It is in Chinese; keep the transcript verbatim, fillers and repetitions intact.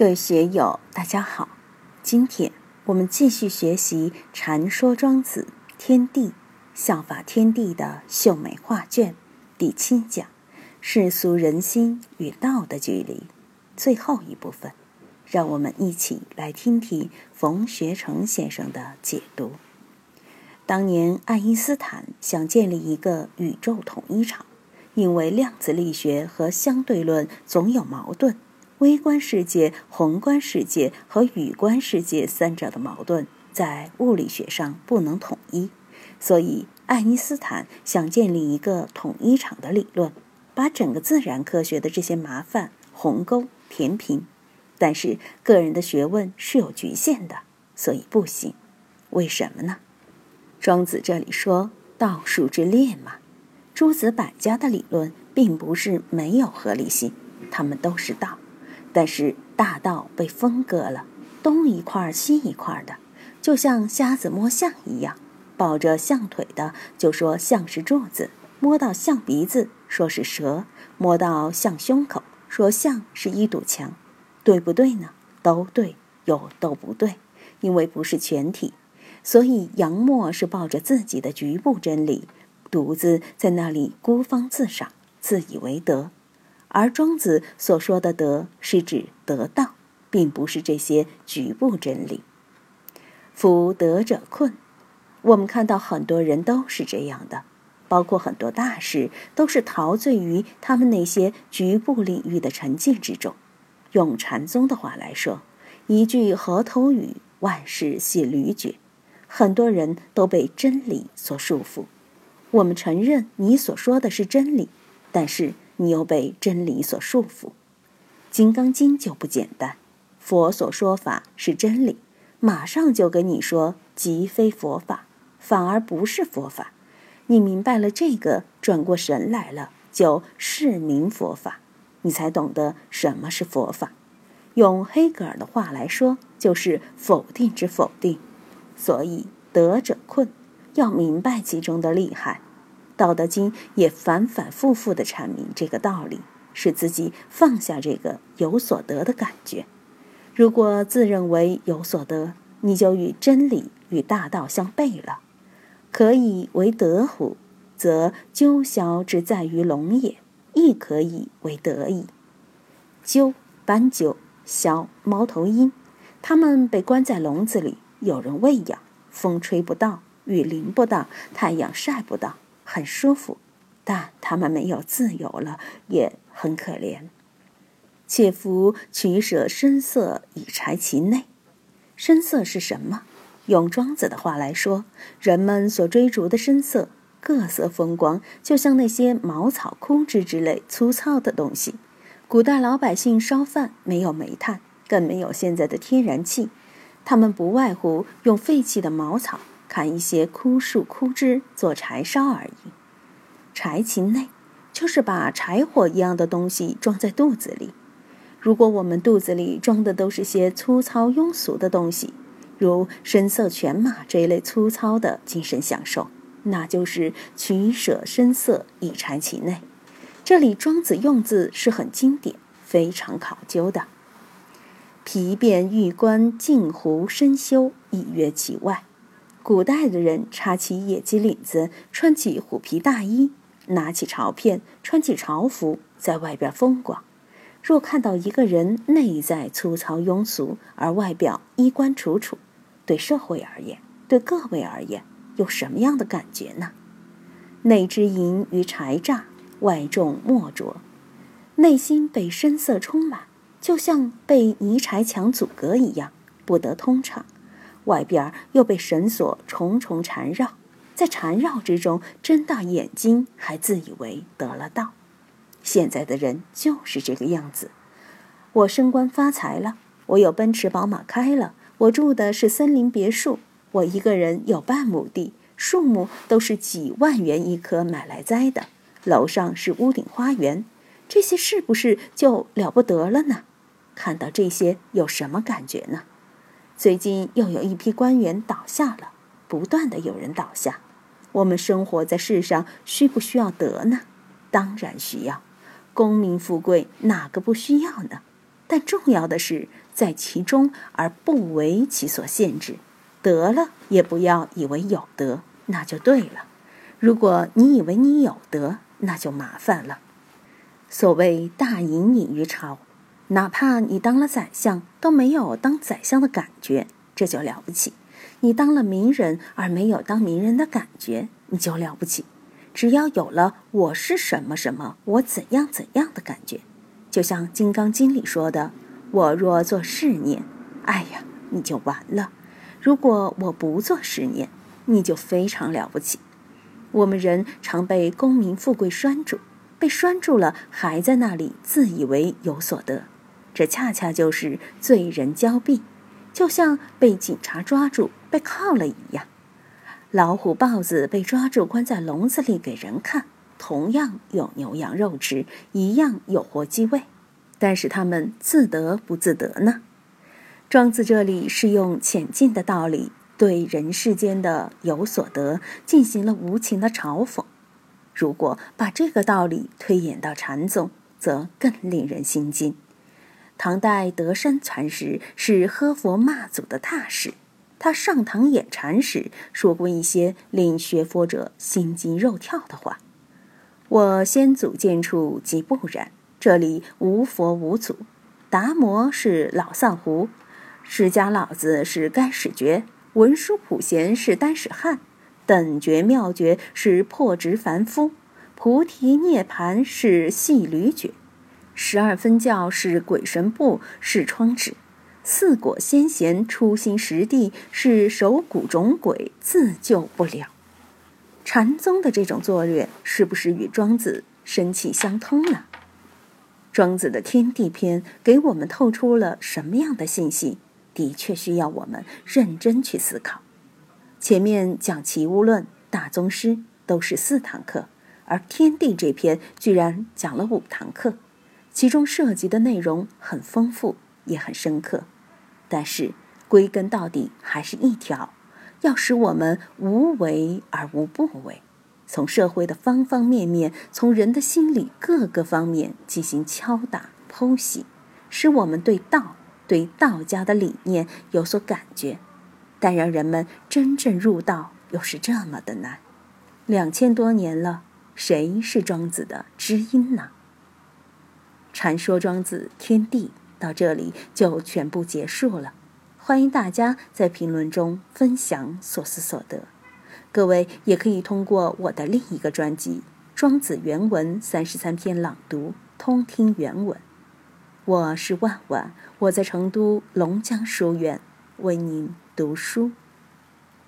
各位学友大家好，今天我们继续学习《禅说庄子天地效法天地的秀美画卷》第七讲世俗人心与道的距离最后一部分，让我们一起来听听冯学成先生的解读。当年爱因斯坦想建立一个宇宙统一场，因为量子力学和相对论总有矛盾，微观世界、宏观世界和宇观世界三者的矛盾在物理学上不能统一，所以爱因斯坦想建立一个统一场的理论，把整个自然科学的这些麻烦鸿沟填平。但是个人的学问是有局限的，所以不行。为什么呢？庄子这里说道术之列嘛，诸子百家的理论并不是没有合理性，它们都是道，但是大道被分割了，东一块西一块的，就像瞎子摸象一样，抱着象腿的就说象是柱子，摸到象鼻子说是蛇，摸到象胸口说象是一堵墙，对不对呢？都对，又都不对，因为不是全体。所以杨墨是抱着自己的局部真理，独自在那里孤芳自赏，自以为德。而庄子所说的德是指得道，并不是这些局部真理。夫德者困，我们看到很多人都是这样的，包括很多大师都是陶醉于他们那些局部领域的沉浸之中。用禅宗的话来说，一句河头语，万事系驴绝。很多人都被真理所束缚。我们承认你所说的是真理，但是你又被真理所束缚。金刚经就不简单，佛所说法是真理，马上就跟你说即非佛法，反而不是佛法。你明白了这个，转过神来了，就释明佛法，你才懂得什么是佛法。用黑格尔的话来说，就是否定之否定。所以德者困，要明白其中的厉害。道德经也反反复复地阐明这个道理，使自己放下这个有所得的感觉。如果自认为有所得，你就与真理与大道相悖了。可以为德乎，则鸠枭之在于笼也，亦可以为德矣。鸠、斑鸠、枭、猫头鹰，它们被关在笼子里，有人喂养，风吹不到，雨淋不到，太阳晒不到，很舒服，但他们没有自由了，也很可怜。且夫取舍声色以柴其内。声色是什么？用庄子的话来说，人们所追逐的声色，各色风光，就像那些茅草枯枝之类粗糙的东西。古代老百姓烧饭没有煤炭，更没有现在的天然气，他们不外乎用废弃的茅草，砍一些枯树枯枝做柴烧而已。柴其内，就是把柴火一样的东西装在肚子里。如果我们肚子里装的都是些粗糙庸俗的东西，如声色犬马这一类粗糙的精神享受，那就是取舍声色以柴其内。这里庄子用字是很经典，非常考究的。皮变玉冠镜湖深修，以约其外。古代的人插起野鸡领子，穿起虎皮大衣，拿起朝片，穿起朝服，在外边风光。若看到一个人内在粗糙庸俗，而外表衣冠楚楚，对社会而言，对各位而言，有什么样的感觉呢？内之淫于柴榨，外重墨浊。内心被声色充满，就像被泥柴墙阻隔一样，不得通畅。外边又被绳索重重缠绕，在缠绕之中睁大眼睛，还自以为得了道。现在的人就是这个样子。我升官发财了，我有奔驰宝马开了，我住的是森林别墅，我一个人有半亩地，树木都是几万元一棵买来栽的，楼上是屋顶花园，这些是不是就了不得了呢？看到这些有什么感觉呢？最近又有一批官员倒下了，不断的有人倒下。我们生活在世上，需不需要德呢？当然需要。功名富贵哪个不需要呢？ 但重要的是在其中而不为其所限制。得了也不要以为有得，那就对了。如果你以为你有得，那就麻烦了。所谓大隐隐于朝，哪怕你当了宰相，都没有当宰相的感觉，这就了不起。你当了名人而没有当名人的感觉，你就了不起。只要有了我是什么什么，我怎样怎样的感觉，就像《金刚经》里说的，我若做是念，哎呀，你就完了。如果我不做是念，你就非常了不起。我们人常被功名富贵拴住，被拴住了还在那里自以为有所得，这恰恰就是罪人骄鄙，就像被警察抓住被铐了一样。老虎豹子被抓住关在笼子里给人看，同样有牛羊肉吃，一样有活鸡喂，但是他们自得不自得呢？庄子这里是用浅近的道理对人世间的有所得进行了无情的嘲讽。如果把这个道理推演到禅宗，则更令人心惊。唐代德山禅师是喝佛骂祖的大师，他上堂演禅时说过一些令学佛者心惊肉跳的话。我先祖见处即不然，这里无佛无祖。达摩是老丧狐，释迦老子是该始觉，文殊普贤是单使汉，等觉妙觉是破执凡夫，菩提涅盘是细驴觉，十二分教是鬼神部是窗纸，四果先贤初心实地是手骨种鬼自救不了。禅宗的这种作略是不是与庄子生气相通呢？庄子的天地篇给我们透出了什么样的信息，的确需要我们认真去思考。前面讲齐物论、大宗师都是四堂课，而天地这篇居然讲了五堂课，其中涉及的内容很丰富，也很深刻。但是归根到底还是一条，要使我们无为而无不为，从社会的方方面面，从人的心理各个方面进行敲打剖析，使我们对道对道家的理念有所感觉。但让人们真正入道又是这么的难。两千多年了，谁是庄子的知音呢？禅说庄子天地到这里就全部结束了。欢迎大家在评论中分享所思所得。各位也可以通过我的另一个专辑《庄子原文三十三篇朗读》通听原文。我是万万，我在成都龙江书院为您读书。